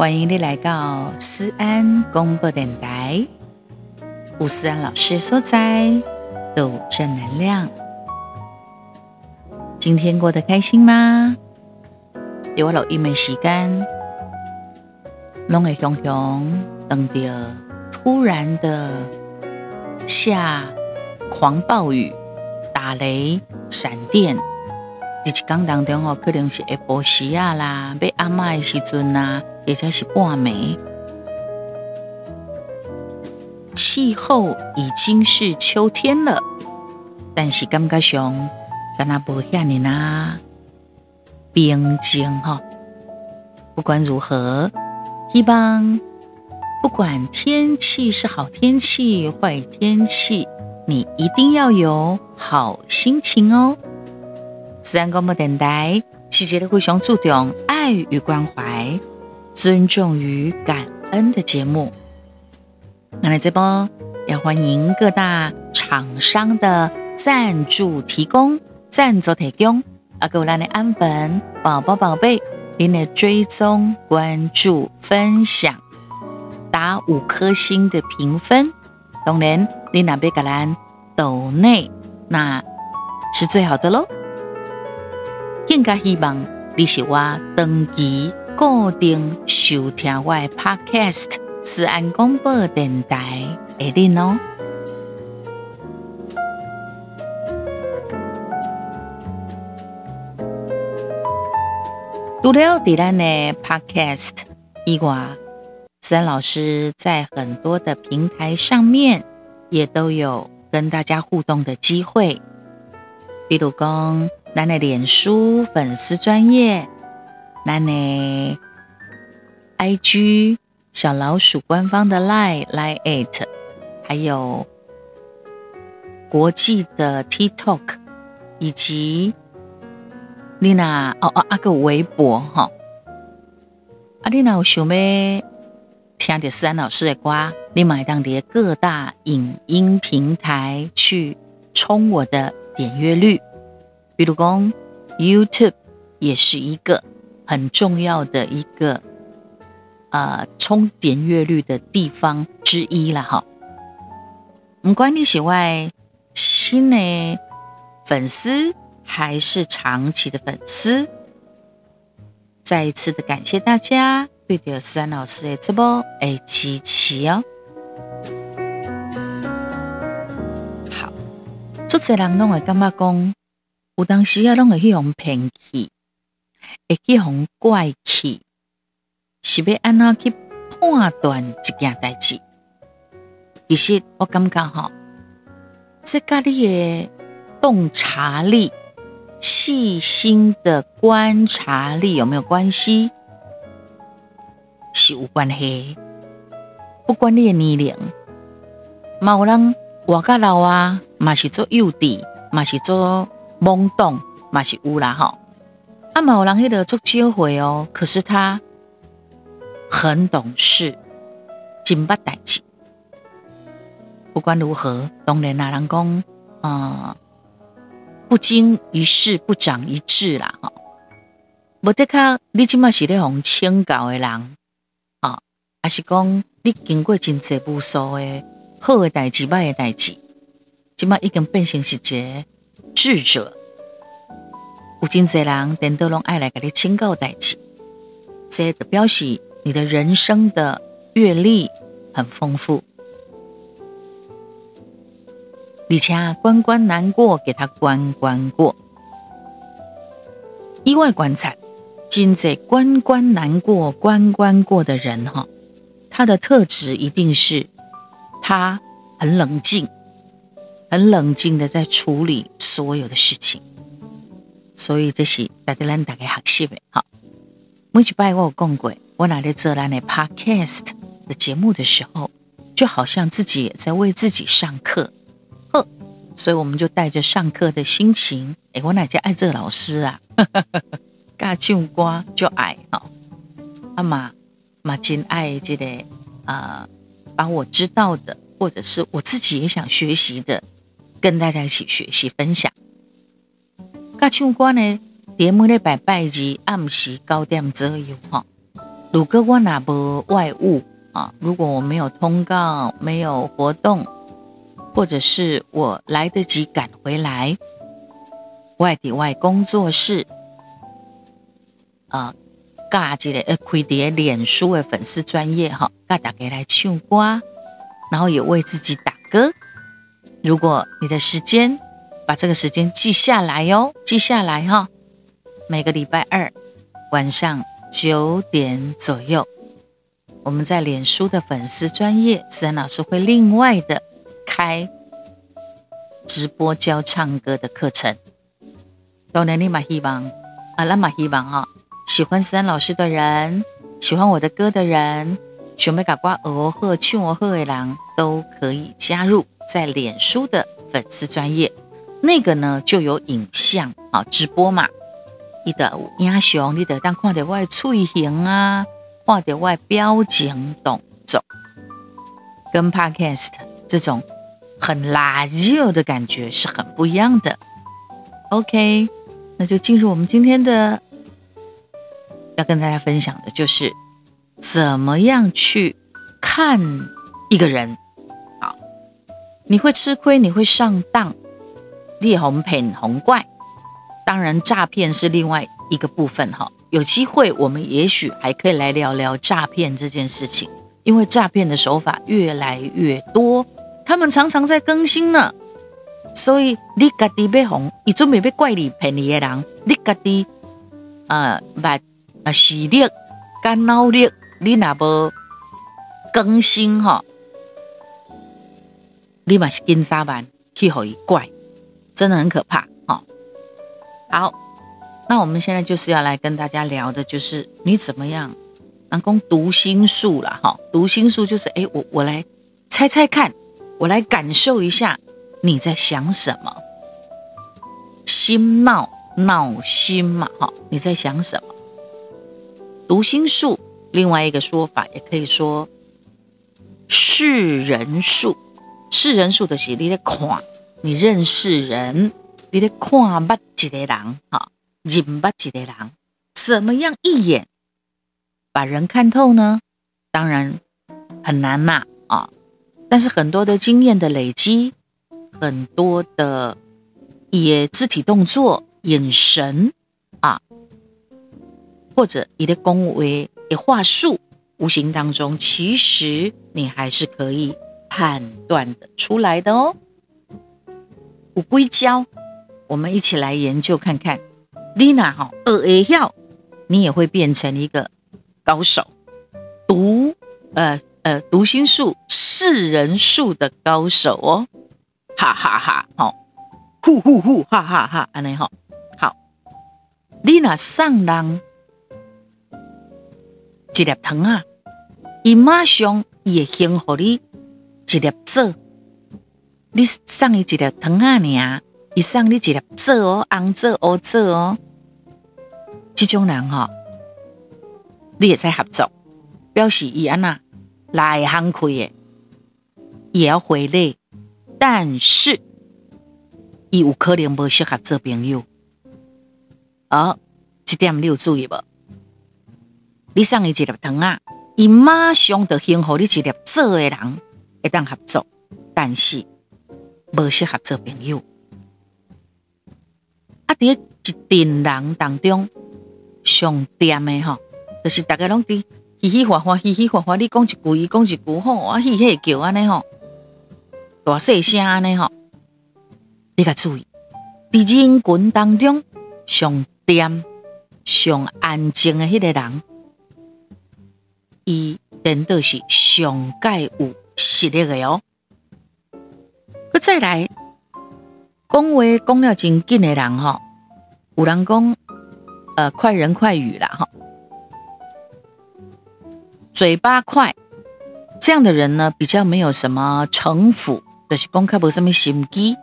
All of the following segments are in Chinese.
欢迎你来到思安广播电台，吴思安老师所在，有正能量。今天过得开心吗？在我录音的时间，拢会常常等到突然的下狂暴雨、打雷、闪电。在一天当中可能是下晡时啊啦，要暗暝的时阵啊，或者是半暝。气候已经是秋天了，但是感觉上敢若无遐尼呐平静哈。不管如何，希望不管天气是好天气、坏天气，你一定要有好心情哦。思安广播电台是一个非常注重爱与关怀、尊重与感恩的节目。那这波要欢迎各大厂商的赞助提供、赞助提供，还有咱的安粉、宝宝、宝贝，您的追踪、关注、分享，打5颗星的评分。当然，你若要给咱抖内，那是最好的咯。更加希望你是我长期固定收听我的 Podcast 思安广播电台的人哦。除了在咱的 Podcast 以外，思安老师在很多的平台上面也都有跟大家互动的机会，比如说咱的脸书粉丝专页，咱的 IG 小老鼠官方的 Line 还有国际的 TikTok， 以及你那个微博哈，你那有想要听到思安老师的歌，你买当在各大影音平台去冲我的点阅率。比如说 YouTube 也是一个很重要的一个冲点阅率的地方之一啦哈。不管你是我新的粉丝还是长期的粉丝，再一次的感谢大家对着思安老师的节目的支持哦。好，做些人拢会感觉讲，有当时拢会去互骗去，会去互怪去，是要安怎去判断一件代志？其实我感觉这跟你的洞察力、细心的观察力有没有关系？是有关系。不管你的年龄，嘛有人活到老啊，嘛是做幼稚，嘛是做懵懂，嘛是有啦哈。嘛有人迄个做少岁哦，可是他很懂事，真捌代志。不管如何，当然啦，人讲不经一事不长一智啦哈。无得靠你即马是咧互请教的人还是讲你经过真侪无数的好的代志、歹的代志，即马已经变成是一个智者。有真侪人颠倒拢爱来给你请教代志，这就表示你的人生的阅历很丰富。而且关关难过，给他关关过。意外观察，真侪关关难过、关关过的人他的特质一定是他很冷静，很冷静的在处理所有的事情。所以这是咱大家学习的哈。每一摆我有讲过，我拿在做咱的 podcast 的节目的时候，就好像自己也在为自己上课。所以我们就带着上课的心情，我哪家爱这个老师啊，教唱歌就爱嘛真爱这个把我知道的，或者是我自己也想学习的，跟大家一起学习分享。教唱歌呢，在每礼拜2暗时9点左右如果我哪不外务啊，如果我没有通告，没有活动，或者是我来得及赶回来，外地外工作室加一个开伫脸书的粉丝专页哈，跟大家来唱歌，然后也为自己打歌。如果你的时间把这个时间记下来哦，记下来哈，每个礼拜二晚上9点左右，我们在脸书的粉丝专页，思安老师会另外的开直播教唱歌的课程。当然你嘛希望咱嘛希望哈，喜欢思安老师的人，喜欢我的歌的人，想要跟我学好唱好的人，都可以加入在脸书的粉丝专页。那个呢就有影像直播嘛，你的影像你就当看到我的嘴型啊，看到我的表情动作，跟 Podcast 这种很拉热的感觉是很不一样的。 OK， 那就进入我们今天的要跟大家分享的，就是怎么样去看一个人。好，你会吃亏，你会上当，你也红骗红怪，当然诈骗是另外一个部分哈。有机会我们也许还可以来聊聊诈骗这件事情，因为诈骗的手法越来越多，他们常常在更新呢。所以你自己要红，他准备要怪你骗你的人，你自己视力跟脑力你若无更新哈，你嘛是紧3万去给他怪，真的很可怕哈。好，那我们现在就是要来跟大家聊的，就是你怎么样能够读心术啦哈。读心术就是我来猜猜看，我来感受一下你在想什么，心闹心嘛哈，你在想什么？读心术另外一个说法也可以说识人术。识人术就是你在看，你认识人，你在看捌一个人哈，认捌一个人，怎么样一眼把人看透呢？当然很难呐但是很多的经验的累积，很多的也肢体动作、眼神或者你的恭维的话术，无形当中其实你还是可以判断的出来的哦。有几招我们一起来研究看看，你若学会晓，你也会变成一个高手，读心术、识人术的高手哦，哈哈哈，呼呼呼，哈哈哈，安尼好，你若送人一粒糖啊，伊马上也兴给你一粒枣。你送伊一粒糖啊尔，伊送你一粒枣哦，红枣、乌枣哦。这种人你也在合作，表示伊安那来行开的，也要回礼，但是伊有可能不适合做朋友。这点你有注意无？你送伊一粒糖啊，伊马上就兴给你一粒枣的人会当合作，但是不适合做朋友。在一群人当中，上掂的就是大家拢伫嘻嘻哈哈，嘻嘻哈哈，你讲一句，伊讲一句，我嘻嘻叫安尼大细声安尼你甲注意，伫人群当中上掂、上安静的迄个人，伊真的是上界有实力的哦。再来，讲话讲了真紧的人有人讲快人快语啦嘴巴快，这样的人呢比较没有什么城府，就是讲较无什么心机，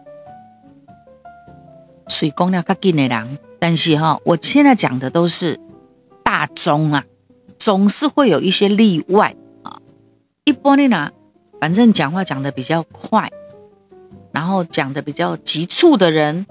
嘴讲了较紧的人。但是我现在讲的都是大宗啊，总是会有一些例外一般的反正讲话讲得比较快，然后讲得比较急促的人，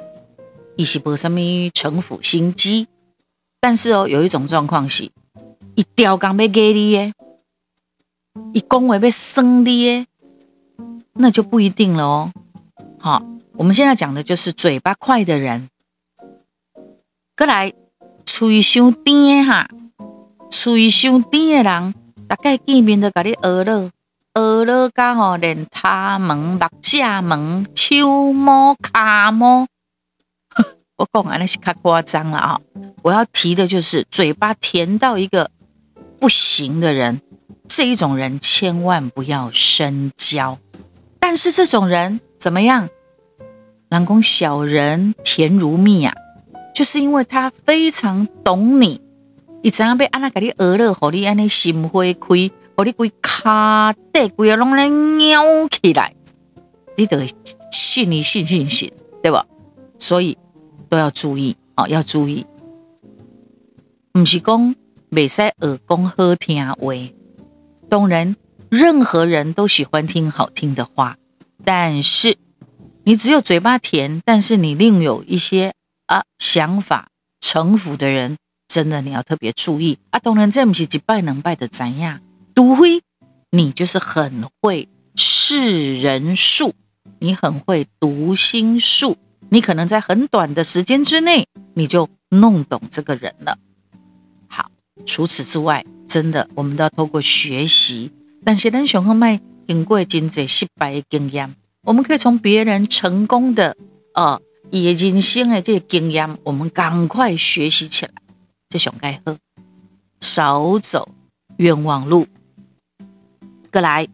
他是没什么城府心机。但是有一种状况是， 伊调工要给你的，伊讲话要酸你的，那就不一定了哦。好，我们现在讲的就是嘴巴快的人。再来，嘴伤甜的哈，嘴伤甜的人，大概见面就甲你学了。学了到吼，连他门、目甲门、手摸、脚摸，我讲安尼是较夸张了啊！我要提的就是嘴巴甜到一个不行的人，这一种人千万不要深交。但是这种人怎么样？人讲小人甜如蜜啊，就是因为他非常懂你，伊知影要安怎甲你学了，互你安尼心花开。互你规骹底规个拢咧扭起来，你就信你信，对吧？所以都要注意哦，要注意，不是讲袂使学讲好听话。当然，任何人都喜欢听好听的话，但是你只有嘴巴甜，但是你另有一些想法城府的人，真的你要特别注意啊！当然，这不是一摆两摆的怎样。除非你就是很会识人术，你很会读心术，你可能在很短的时间之内你就弄懂这个人了。好，除此之外，真的我们都要透过学习，但是咱上好卖经过真侪失败的经验，我们可以从别人成功的也人生的这个经验，我们赶快学习起来，这上该好，少走冤枉路。再来，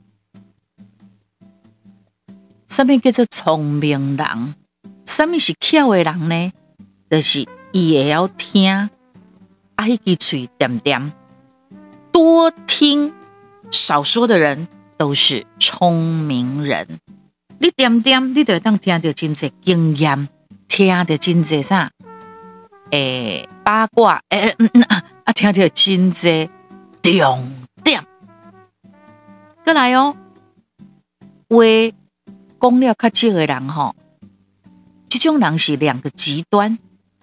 什么叫做聪明人？什么是巧的人呢？就是伊也要听，迄支嘴点点，多听少说的人都是聪明人。你点点，你就当听到真侪经验，听到真侪啥？八卦，听到真侪重点。再来哦，话讲了较少的人吼，这种人是两个极端。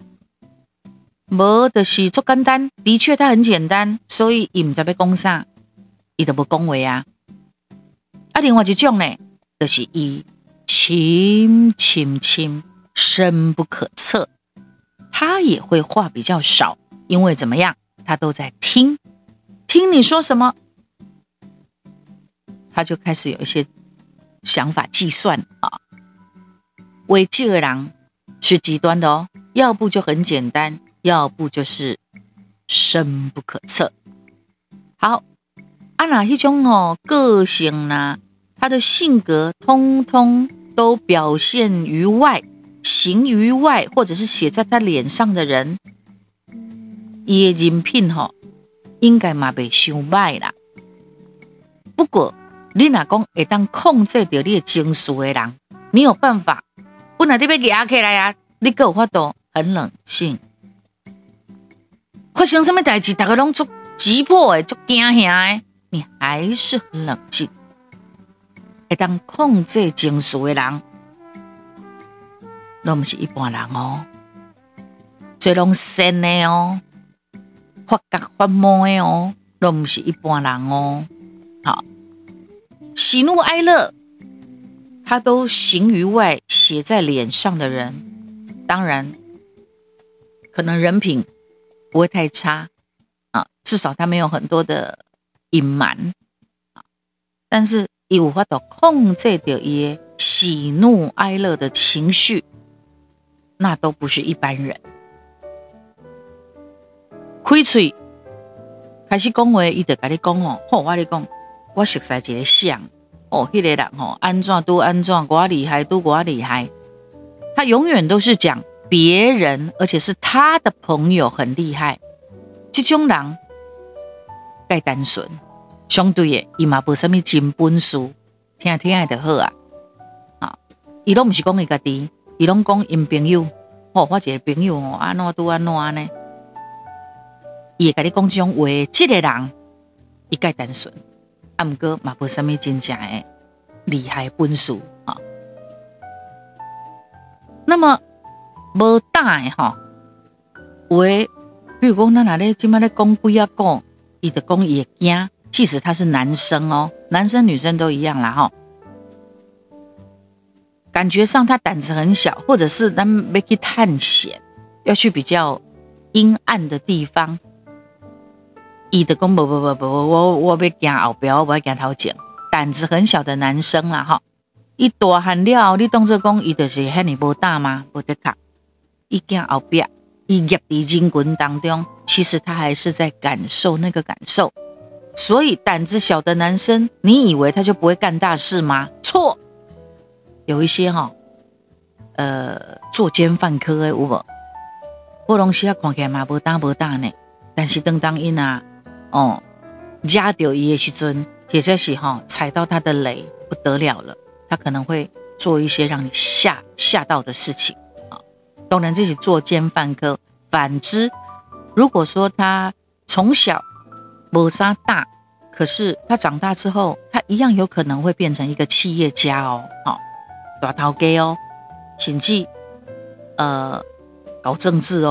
无就是足简单，的确他很简单，所以伊唔知要讲啥，伊就无讲话啊。另外一种呢，就是伊深不可测，他也会话比较少，因为怎么样，他都在听你说什么。他就开始有一些想法计算啊。危机的人是极端的哦，要不就很简单，要不就是深不可测。好，那一种个性呢，他的性格通通都表现于外，行于外，或者是写在他脸上的人，他的人品应该嘛袂伤歹啦。不过你若讲会当控制到你的情绪的人，你有办法，本来你要压起来啊，你还有法度很冷静。发生什么代志，大家拢足急迫的，足惊吓的，你还是很冷静。会当控制情绪的人，都不是一般人哦，这拢善的哦，发觉发毛的哦，都不是一般人哦。好。喜怒哀乐，他都行于外，写在脸上的人，当然可能人品不会太差至少他没有很多的隐瞒但是他有法度控制到他的喜怒哀乐的情绪，那都不是一般人。开嘴开始讲话，他就跟你讲我跟你讲。我熟悉一个像那个人安怎都安怎，我厉害都我厉害。他永远都是讲别人，而且是他的朋友很厉害。这种人该单纯，相对的，伊嘛无什么真本事，听的就好啊。伊拢不是讲伊家己，伊拢讲因朋友。我一个朋友安怎都安怎呢？伊会跟你讲这种话，这个人伊该单纯。不过嘛无什么真正的厉害本事那么无胆的话，比如讲咱若咧今仔咧讲几啊个伊的讲也惊，即使他是男生哦，男生女生都一样啦感觉上他胆子很小，或者是他们要去探险，要去比较阴暗的地方，伊的讲不，我要行后边，我要行头前，胆子很小的男生啦伊大汉了，你当作讲伊就是遐尼无胆吗？无得靠，伊行后边，伊入伫人群当中，其实他还是在感受那个感受。所以胆子小的男生，你以为他就不会干大事吗？错。有一些作奸犯科的有无？好东西看起来嘛无胆呢，但是当因压到伊的时阵，或者是踩到他的雷，不得了了，他可能会做一些让你吓到的事情当然这是作奸犯科。反之，如果说他从小没啥大，可是他长大之后，他一样有可能会变成一个企业家大头家甚至搞政治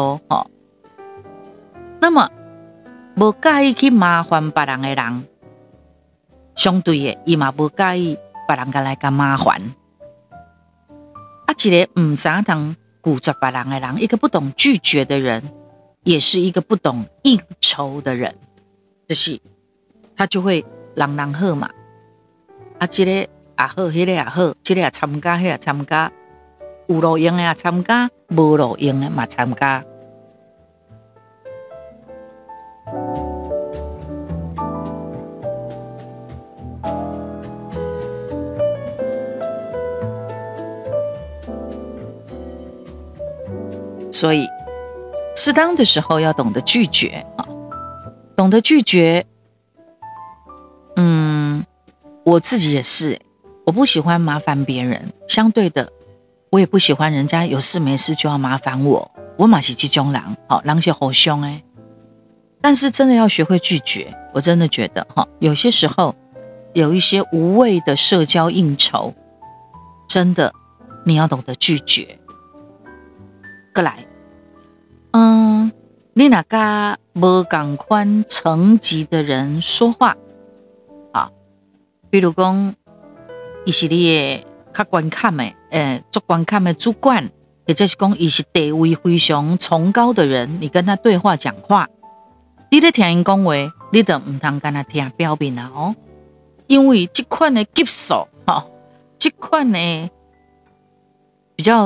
那么不介意去麻烦别人的人，相对的，伊嘛不介意别人来甲麻烦。一个唔知道拒绝别人的人，一个不懂拒绝的人，也是一个不懂应酬的人，就是他就会人好嘛，这个也好，那个也好，这个也参加，那个也参加，有路用的也参加，无路用的嘛参加。所以适当的时候要懂得拒绝懂得拒绝。我自己也是我不喜欢麻烦别人，相对的我也不喜欢人家有事没事就要麻烦我嘛是这种人人是好凶但是真的要学会拒绝，我真的觉得有些时候有一些无谓的社交应酬，真的你要懂得拒绝。再来你哪跟没同款层级的人说话比如说他是你的较关卡的做关卡的主管，或者是说他是地位非常崇高的人，你跟他对话讲话，你在听他讲话，你就不能跟他听表面啦因为这款的级数这款的比较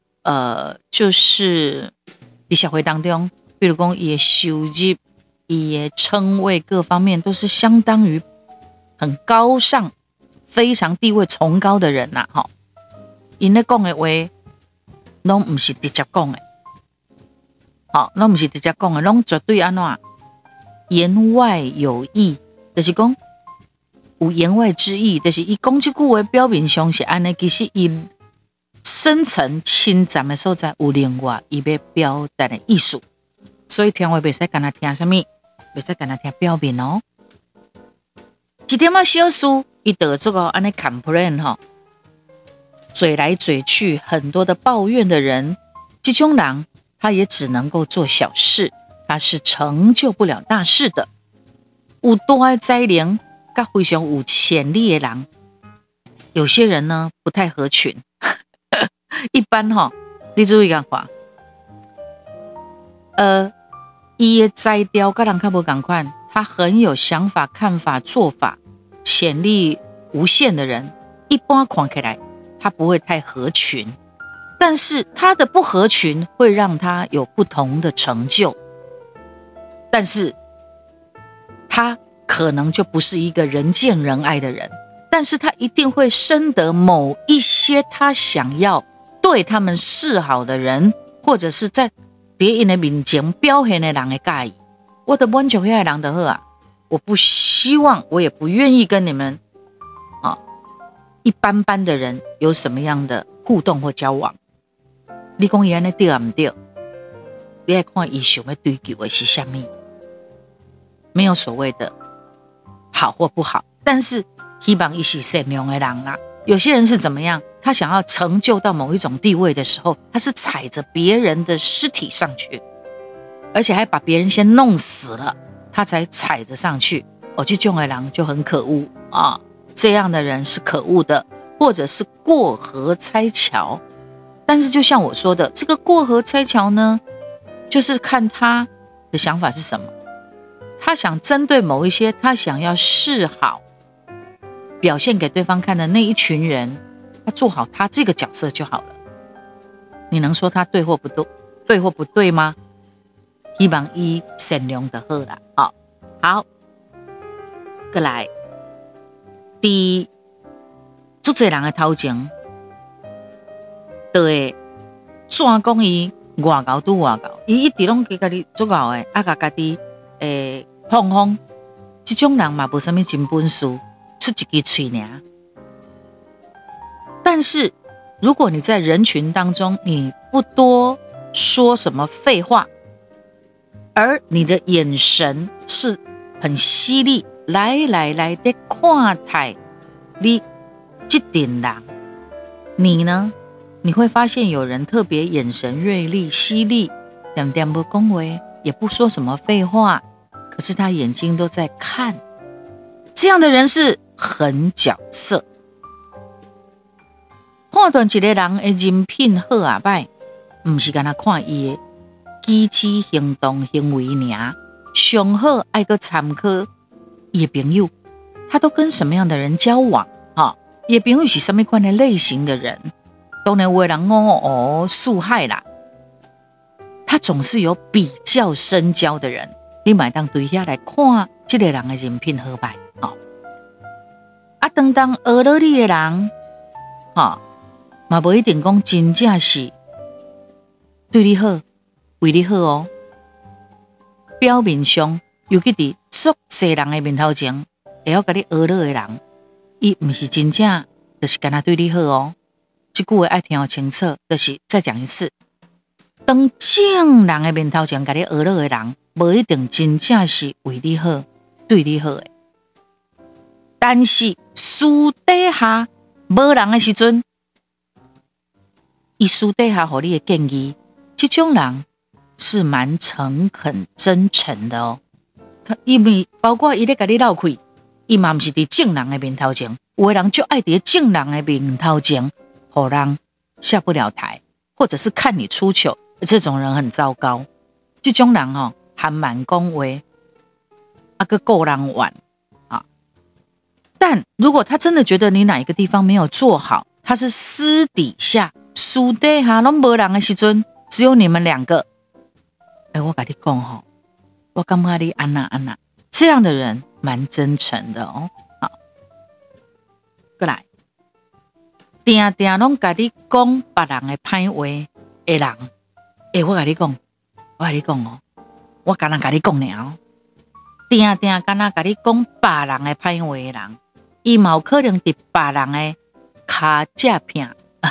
就是在社会当中，比如说他的收入、他的称谓各方面都是相当于很高尚、非常地位崇高的人呐他们讲的话都不是直接讲的都不是直接讲的，都绝对怎样言外有意，就是说有言外之意，就是他讲这句话表面上是这样，其实他深层深层的所在有另外他要表达的意思，所以听话不可以跟他听什么，不可以跟他听表面一点小事他就这个这样 complain 嘴来嘴去很多的抱怨的人，这种人他也只能够做小事，他是成就不了大事的。有大的才能跟非常有潜力的人，有些人呢不太合群一般你注意看话他的才调跟人较不同款，他很有想法、看法、做法，潜力无限的人，一般看起来他不会太合群，但是他的不合群会让他有不同的成就，但是他可能就不是一个人见人爱的人，但是他一定会深得某一些他想要对他们示好的人，或者是在在他的面前表现的人的介意。我的满足那个人就好我不希望，我也不愿意跟你们一般般的人有什么样的互动或交往。你说他这样对不对？你要看他想要追求的是什么，没有所谓的好或不好，但是希望他是善良的人啦。有些人是怎么样，他想要成就到某一种地位的时候，他是踩着别人的尸体上去，而且还把别人先弄死了， 他才踩着上去。这种的人就很可恶啊，这样的人是可恶的，或者是过河拆桥。但是就像我说的，这个过河拆桥呢，就是看他的想法是什么。他想针对某一些他想要示好表现给对方看的那一群人，他做好他这个角色就好了。你能说他对或不对吗？希望他善良就好啦。好，再来，在很多人的头前就会怎讲伊外搞拄外搞，伊一直拢家己做搞的，家己碰，这种人嘛无什么真本事，出一支嘴尔。但是如果你在人群当中，你不多说什么废话，而你的眼神是很犀利，来在看待你这点人，你呢？你会发现有人特别眼神锐利、犀利，点不恭维，也不说什么废话，可是他眼睛都在看。这样的人是很角色。判断一个人的人品好啊歹，不是干那看他的举止、行动、行为而上好爱去参考他的朋友，他都跟什么样的人交往？他的朋友是什么款的类型的人？当然有的人素害啦，他总是有比较深交的人，你买当对下来看这个人的人品好歹。当学了你的人，嘛不一定讲真正是对你好、为你好哦。表面上，尤其在足多人的面头前，会晓跟你学了的人，伊不是真正就是干那对你好哦。这句话爱听好清楚，就是再讲一次，当正人的面头前跟你学了的人，不一定真正是为你好、对你好的。但是私底下无人的时阵，伊私底下给你的建议，这种人是蛮诚恳、真诚的哦。因为包括伊咧跟你闹开，伊嘛不是在正人的面头前，有的人就爱在正人的面头前，让人下不了台，或者是看你出糗，这种人很糟糕。这种人还蛮恭维，个够人玩啊。但如果他真的觉得你哪一个地方没有做好，他是私底下都没人的时阵，只有你们两个。我跟你讲我感觉你安那，这样的人蛮真诚的哦。好，过来，定拢跟你讲别人的歹话的人，我跟你讲我刚刚跟你讲了，定刚刚跟你讲别人的歹话的人，伊嘛有可能伫别人的脚趾片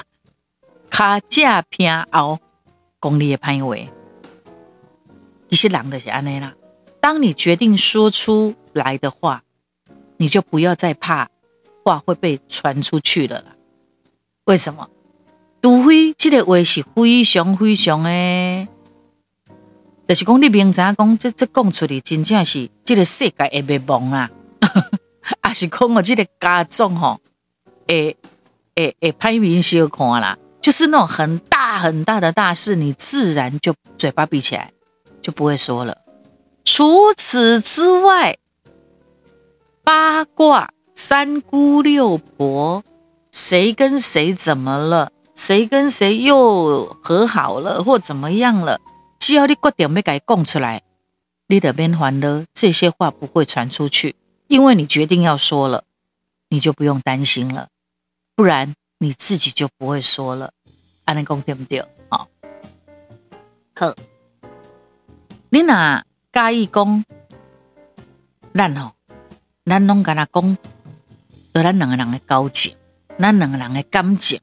后讲你的歹话。其实人就是这样啦。当你决定说出来的话，你就不要再怕话会被传出去了啦。为什么？除非这个话是非常的，就是讲你明知讲这讲出来真正是这个世界会灭亡啦，还是讲这个家众会歹面相看啦，就是那种很大的大事，你自然就嘴巴闭起来。就不会说了。除此之外，八卦、三姑六婆，谁跟谁怎么了，谁跟谁又和好了或怎么样了，只要你决定要给他讲出来，你就免烦了，这些话不会传出去，因为你决定要说了，你就不用担心了，不然你自己就不会说了。这样说对不对？好，你若介意讲，咱拢跟他讲，就咱两个人的交情，咱两个人的感情，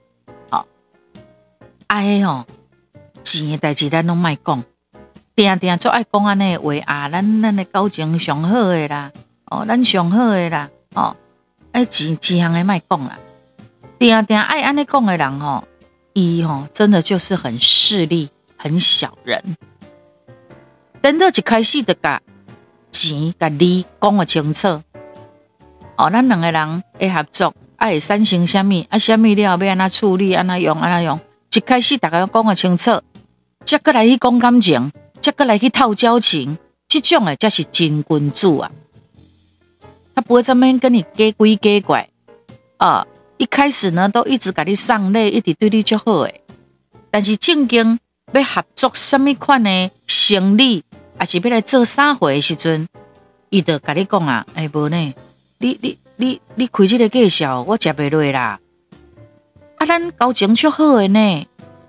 钱的代志咱拢莫讲，定做爱讲安尼的话咱的交情上好的啦，咱上好的啦，钱项的莫讲啦，定爱安尼讲的人伊真的就是很势利，很小人。等到一开始就把钱甲利讲个清楚。咱两个人会合作，会产生什么？什么了要安怎处理？安怎用？一开始大家讲个清楚，再过来去讲感情，再过来去套交情，这种的才是真君子啊！他不会在那边跟你假鬼假怪一开始呢都一直给你上礼，一直对你就好的，但是正经要合作什么款的生意，还是要来做啥货的时阵，伊就跟你讲啊，无呢，你开这个介绍，我吃不落啦。咱交情足好的呢，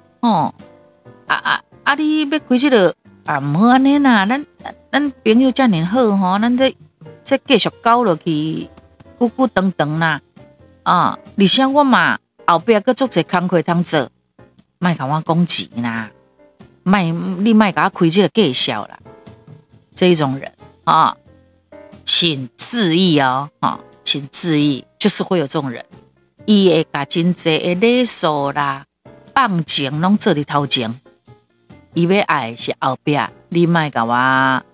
你要开这个唔好安尼啦，咱朋友这么好吼，咱这继续交落去，久久长长啦。而且我嘛后壁阁做侪工课通做，莫甲我讲钱啦，你莫甲我开这个介绍啦。这一种人请注意请注意，就是会有这种人，伊会甲真济的礼数啦、放情拢做伫头前，伊要爱是后壁，你莫甲我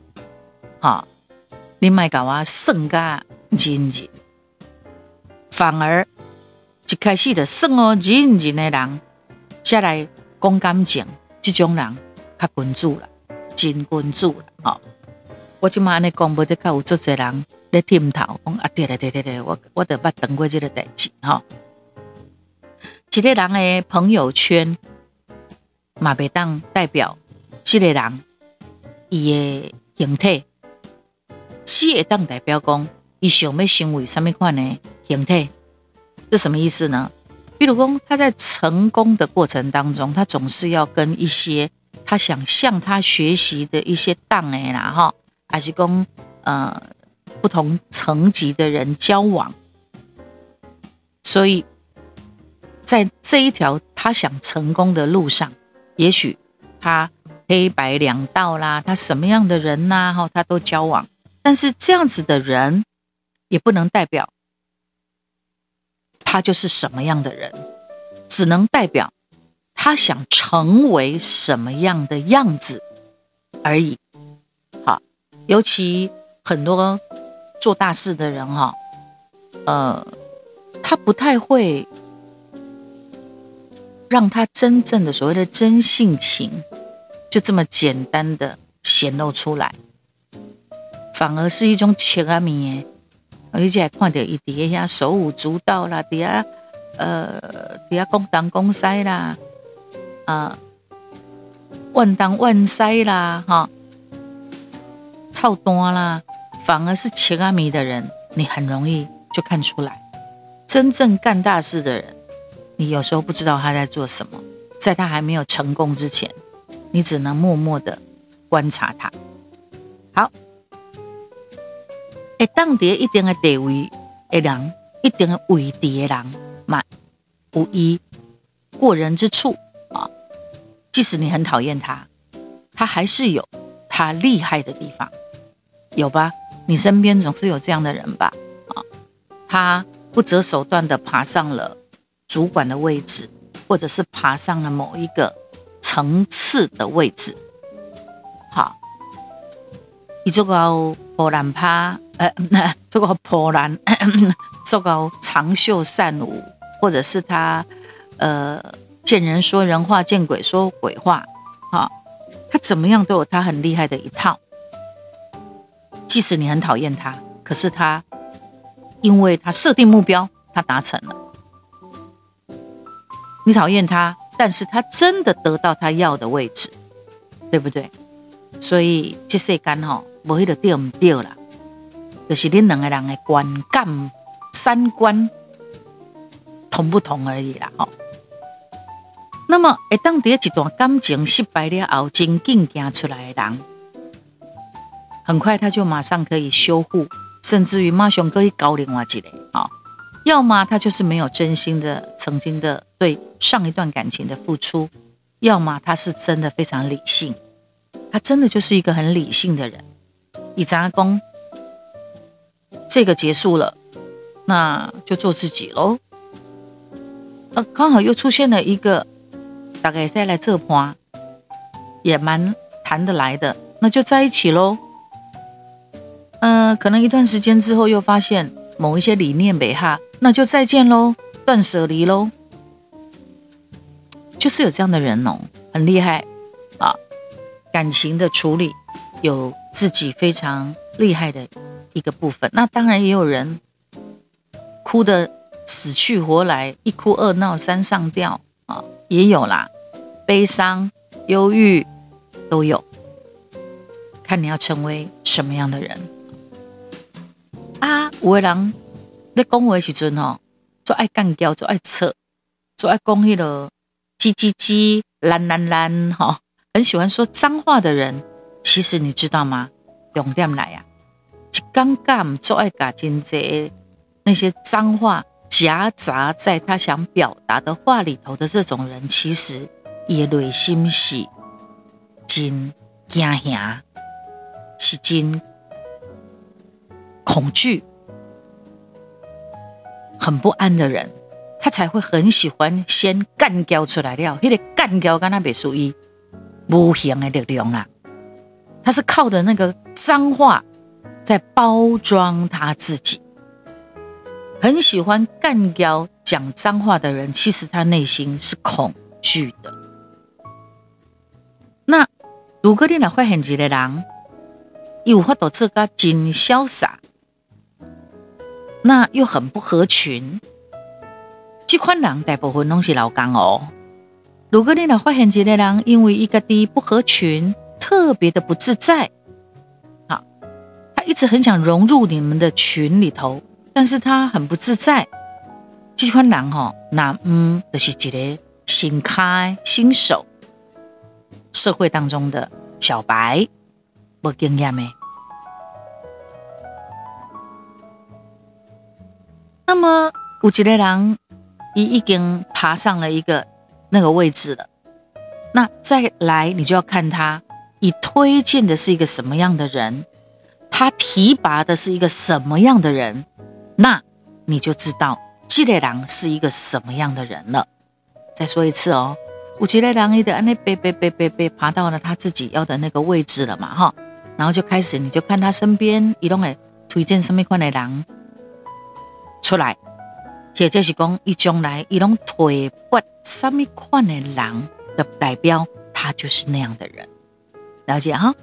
你莫甲我算甲认，反而一开始就算认的人，才来讲感情，这种人较君子啦，真君子啦我即马安尼讲，无得较有足侪人咧点头，讲对，我得捌当过这个代志一个人的朋友圈嘛袂当代表这个人伊的形体，是会当代表讲伊想要成为什么款的形体。这什么意思呢？比如说他在成功的过程当中，他总是要跟一些他想向他学习的一些党啦还是讲不同层级的人交往，所以在这一条他想成功的路上，也许他黑白两道啦，他什么样的人呐他都交往，但是这样子的人也不能代表他就是什么样的人，只能代表他想成为什么样的样子而已。尤其很多做大事的人他不太会让他真正的所谓的真性情就这么简单的显露出来，反而是一种切阿米的。而且还看到伊伫遐手舞足蹈啦，伫遐讲东讲西啦，万东万西啦，操蛋啦，反而是切阿米的人，你很容易就看出来。真正干大事的人，你有时候不知道他在做什么，在他还没有成功之前，你只能默默的观察他。好。当在一定的地位的人，一定的位置的人嘛，有伊过人之处即使你很讨厌他，他还是有他厉害的地方，有吧？你身边总是有这样的人吧？他不择手段的爬上了主管的位置，或者是爬上了某一个层次的位置。好，伊做到波兰趴。这个波兰这个长袖善舞，或者是他见人说人话，见鬼说鬼话他怎么样都有他很厉害的一套。即使你很讨厌他，可是他因为他设定目标，他达成了。你讨厌他，但是他真的得到他要的位置，对不对？所以这世间没那个对不对啦，就是你两个人的观感、三观同不同而已啦。那么，当在一段感情失败了后，真紧走出来的人，很快他就马上可以修护，甚至于马上可以交另外一个。要么他就是没有真心的、曾经的对上一段感情的付出，要么他是真的非常理性，他真的就是一个很理性的人。以杂工。这个结束了，那就做自己咯。刚好又出现了一个大概再来这盘也蛮谈得来的，那就在一起咯。 可能一段时间之后又发现某一些理念没哈，那就再见喽，断舍离喽。就是有这样的人哦，很厉害啊，感情的处理有自己非常厉害的一个部分。那当然也有人哭得死去活来，一哭二闹三上吊啊，也有啦，悲伤、忧郁都有，看你要成为什么样的人啊。有的人在讲话的时阵哦，就爱干掉，就爱扯，就爱讲那个叽叽叽、烂烂烂哈，很喜欢说脏话的人，其实你知道吗？重点来啊，一刚刚就爱把真济那些脏话夹杂在他想表达的话里头的这种人，其实也内心是真惊吓，是真恐惧、很不安的人。他才会很喜欢先干掉出来了，那个干掉跟他没属于无形的力量啦。他是靠的那个脏话在包装他自己。很喜欢干掉讲脏话的人，其实他内心是恐惧的。那如果你若发现一个人，他有法度做到真潇洒，那又很不合群。这款人大部分都是老公哦。如果你若发现一个人因为一个的不合群，特别的不自在，好，他一直很想融入你们的群里头，但是他很不自在。这款人那就是一个新开新手，社会当中的小白，没经验的。那么有一个人已经爬上了一个那个位置了，那再来你就要看他以推荐的是一个什么样的人，他提拔的是一个什么样的人，那你就知道这个人是一个什么样的人了。再说一次哦，有一个人他就这样爬到了他自己要的那个位置了嘛，然后就开始你就看他身边他都会推荐什么款的人出来，或者是说他将来他都推拔什么款的人的代表，他就是那样的人。了解哈？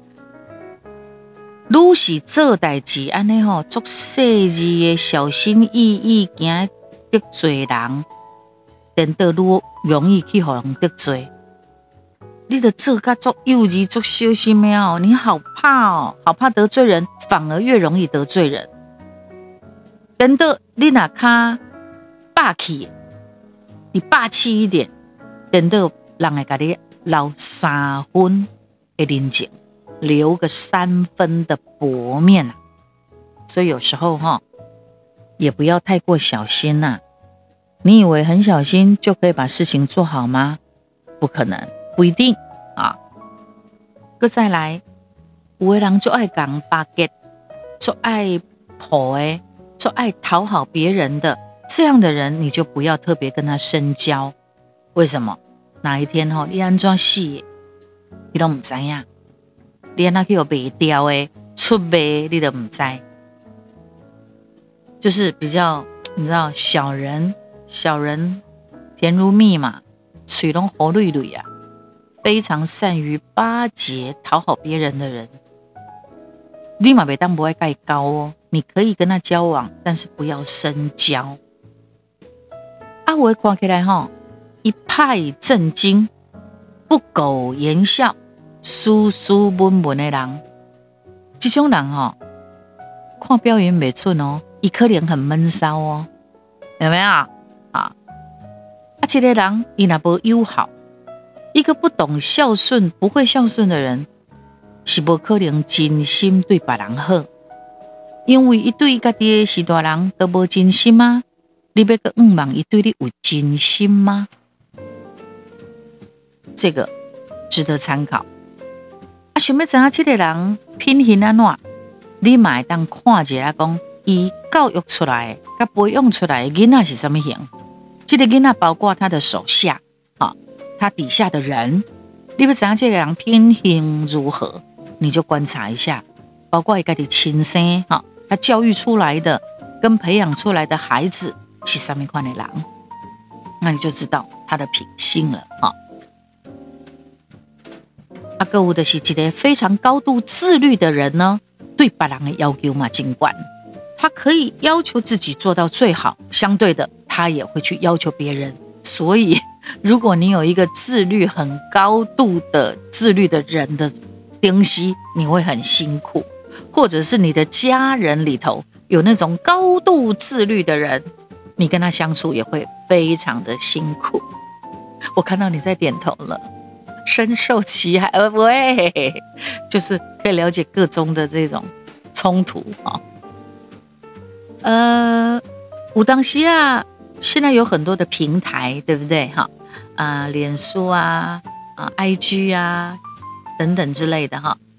愈是做代志安尼做细致的小心翼翼，惊得罪人，等到愈容易去让人得罪。你的做甲做幼稚做小心的你好怕好怕得罪人，反而越容易得罪人。等到你哪卡霸气，你霸气一点，等到人会给你留3分的人情，留个3分的薄面啊。所以有时候也不要太过小心啊。你以为很小心就可以把事情做好吗？不可能，不一定啊。再来，有的人就爱讲巴结，就爱抱的，就爱讨好别人的，这样的人你就不要特别跟他深交。为什么？哪一天你安怎死的你都不知道，你安怎去卖掉的出卖你都不知道。就是比较你知道小人甜如蜜嘛，嘴拢活绿绿啊，非常善于巴结讨好别人的人，你嘛别当不爱盖高哦。你可以跟他交往，但是不要深交。我看起来一派正经，不苟言笑，斯斯文文的人，这种人看表演不准哦，他可能很闷骚哦，有没有这个人他若不友好，一个不懂孝顺、不会孝顺的人，是不可能真心对别人好，因为他对自己的是大人都没真心吗？你要去问他对你有真心吗？这个值得参考。想要知道这个人品行怎样，你嘛会当看一下讲，他教育出来、跟培养出来的囡仔是什么型？这个囡仔包括他的手下，他底下的人，你要知道这个人品行如何，你就观察一下。 包括家己亲生他教育出来的跟培养出来的孩子是什么款的人，那你就知道他的品性了还有就是一个非常高度自律的人呢，对别人的要求嘛尽管他可以要求自己做到最好，相对的他也会去要求别人。所以如果你有一个自律很高度的自律的人的东西，你会很辛苦，或者是你的家人里头有那种高度自律的人，你跟他相处也会非常的辛苦。我看到你在点头了，深受其害，喂，就是可以了解各中的这种冲突有当时现在有很多的平台，对不对脸书IG 等等之类的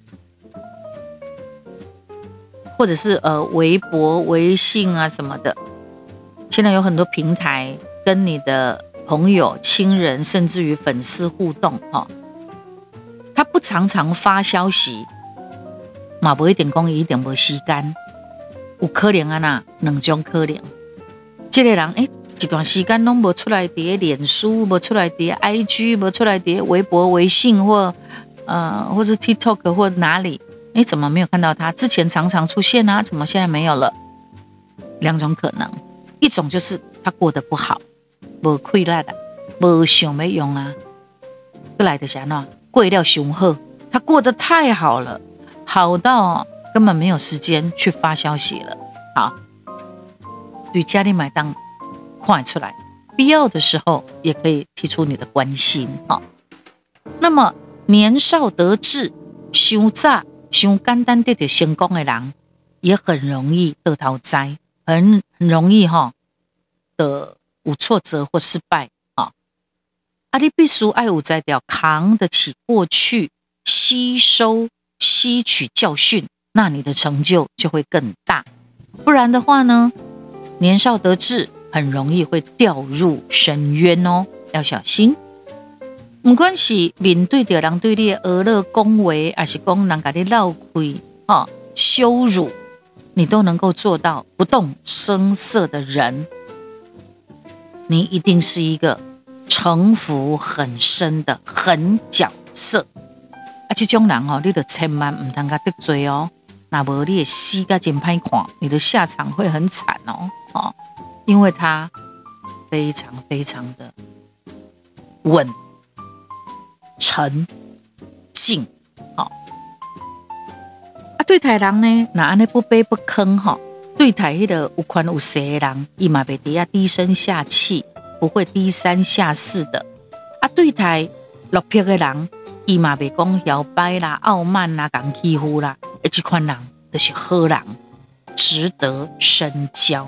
或者是微博、微信什么的，现在有很多平台跟你的朋友、亲人，甚至于粉丝互动他不常常发消息，嘛不一定讲伊一定没时间，有可能两种可能，这个人一段时间都没出来在脸书，没出来在 IG， 没出来在微博、微信或者 TikTok 或哪里，怎么没有看到他？之前常常出现怎么现在没有了？两种可能，一种就是他过得不好，没快乐的，没想要用再来的是过了太好，他过得太好了，好到根本没有时间去发消息了。好，对家里买单看出来，必要的时候也可以提出你的关心那么年少得志、太早、太简单就成功的人，也很容易得头灾，很容易的有挫折或失败你必须要有才调扛得起过去，吸取教训，那你的成就就会更大。不然的话呢，年少得志很容易会掉入深渊要小心。不管是面对着人对你的讹乐恭维，还是讲人家你闹亏羞辱，你都能够做到不动声色的人，你一定是一个城府很深的狠角色这种人你就千万不能够得罪那不然你的死到真歹看，你的下场会很惨因为他非常非常的稳、沉、静对台人呢，那安尼不卑不吭对台那个有权有势的人，他也不会低声下气，不会低三下四的对台落魄的人，他也不会讲摇摆啦、傲慢啦、讲欺负啦，这款人就是好人，值得深交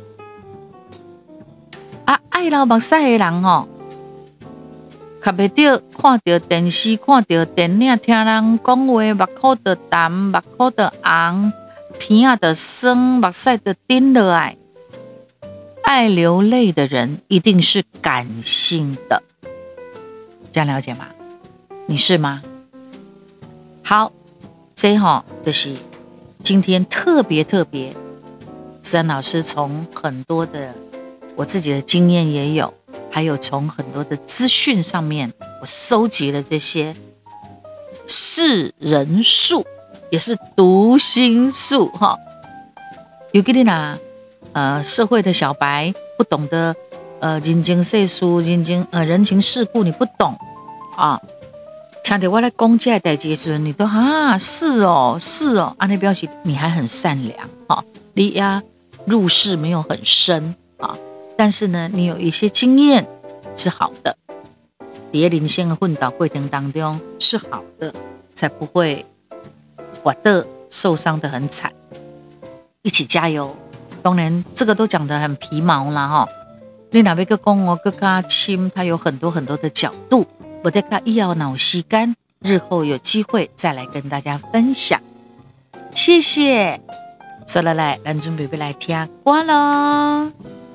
爱流目屎的人较袂到看到电视、看到电影，听人讲话，目眶就淡，目眶就红，鼻仔就酸，目屎就顶落来。爱流泪的人一定是感性的，这样了解吗？你是吗？好，这就是今天特别思安老师从很多的我自己的经验也有，还有从很多的资讯上面，我收集了这些识人术，也是读心术有给你社会的小白不懂得人情世事、人情世故，你不懂听到我在讲这的事的时候，你都是哦，那表示你还很善良你入世没有很深但是呢，你有一些经验是好的，在人生的奋斗过程当中是好的，才不会受伤得很惨。一起加油！当然，这个都讲得很皮毛啦你哪边个讲更加深，它有很多的角度。我在看医药脑吸干，日后有机会再来跟大家分享。谢谢。说了来，咱准备来听歌咯。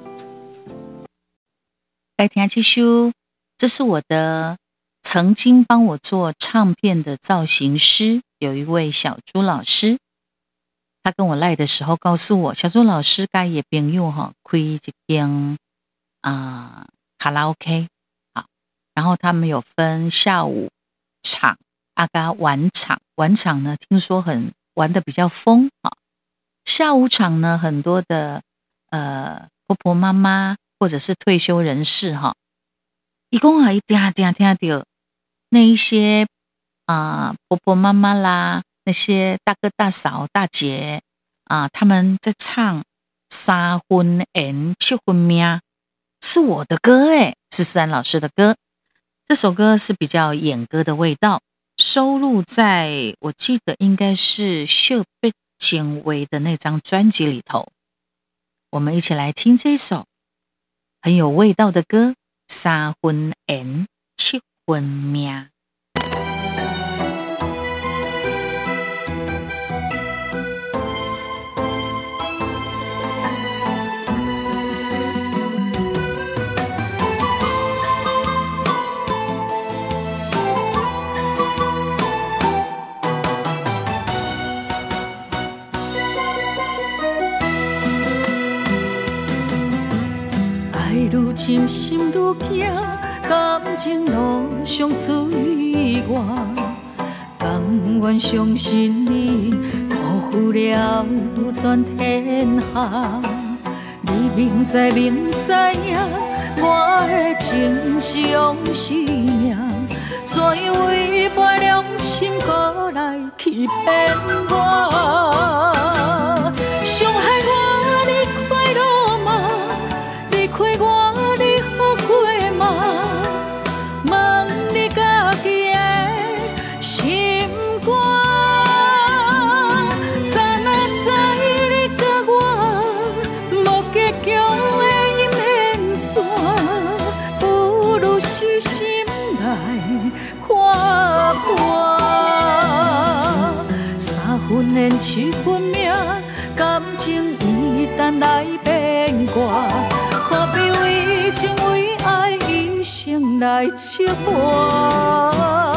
来听这首，这是我的曾经帮我做唱片的造型师，有一位小朱老师， 他跟我赖的时候告诉我，小朱老师跟也朋友开一间卡拉 OK 好，然后他们有分下午场跟晚场，晚场呢听说玩的比较疯下午场呢很多的婆婆妈妈或者是退休人士他说一定到那一些婆婆妈妈啦，那些大哥大嫂大姐他们在唱三分缘七分命，是我的歌是思安老师的歌。这首歌是比较演歌的味道，收录在我记得应该是秀贝简薇的那张专辑里头。我们一起来听这首很有味道的歌，三分缘七分命。 愈深心愈惊，感情路上催我，甘愿相信你，辜负了全天下。你明知影，我的情是用生命，怎为败良心，搁来欺骗我？伤害我，你快乐吗？离开我，你好过吗？问你家己的心肝，早若知你甲我无结局的姻缘线，不如死心来看破。三分缘七分命，感情一旦来变卦，何必为情为爱一生来折磨？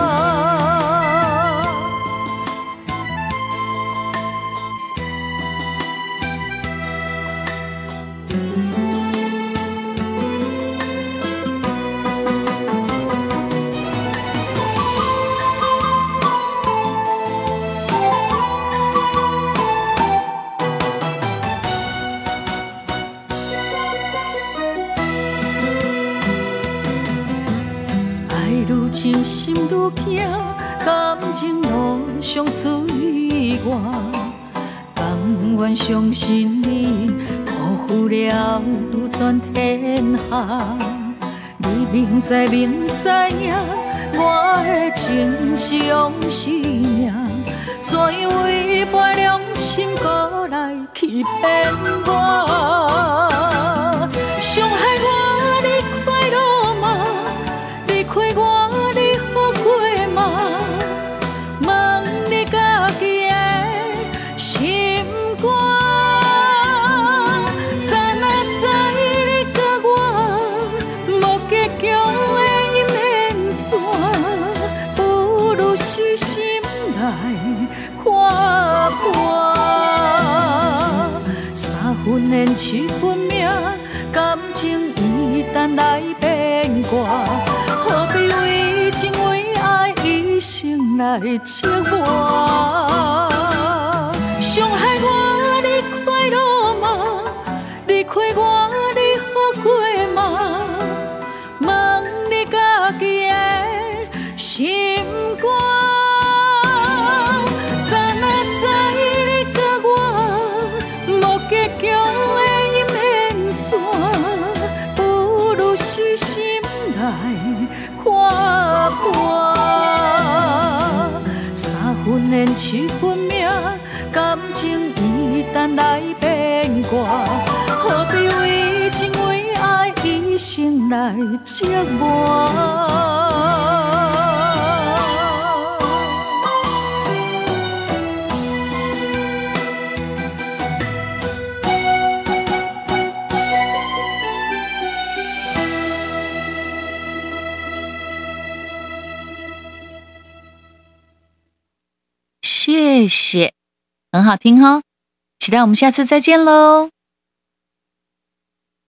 愈深心愈惊，感情路上催我，甘愿相信你，辜负了全天下。你明知影，我的情是用生命，怎为败良心，搁来欺骗我？伤害我，你快乐吗？离开我，你好过吗？问你家己的心肝，早若知你甲我无结局的姻缘线，不如死心来看破。三分缘七分命，感情一旦来变卦，何必为情为爱一生来折磨？伤害我，你快乐吗？离开我，你好过吗？问你家己的心肝，早若知你甲我无结局的姻缘线，不如死心来看破。三分缘七分命，感情一旦来变卦，何必为情为爱一生来折磨？ 谢谢，很好听哦。 期待我们下次再见喽。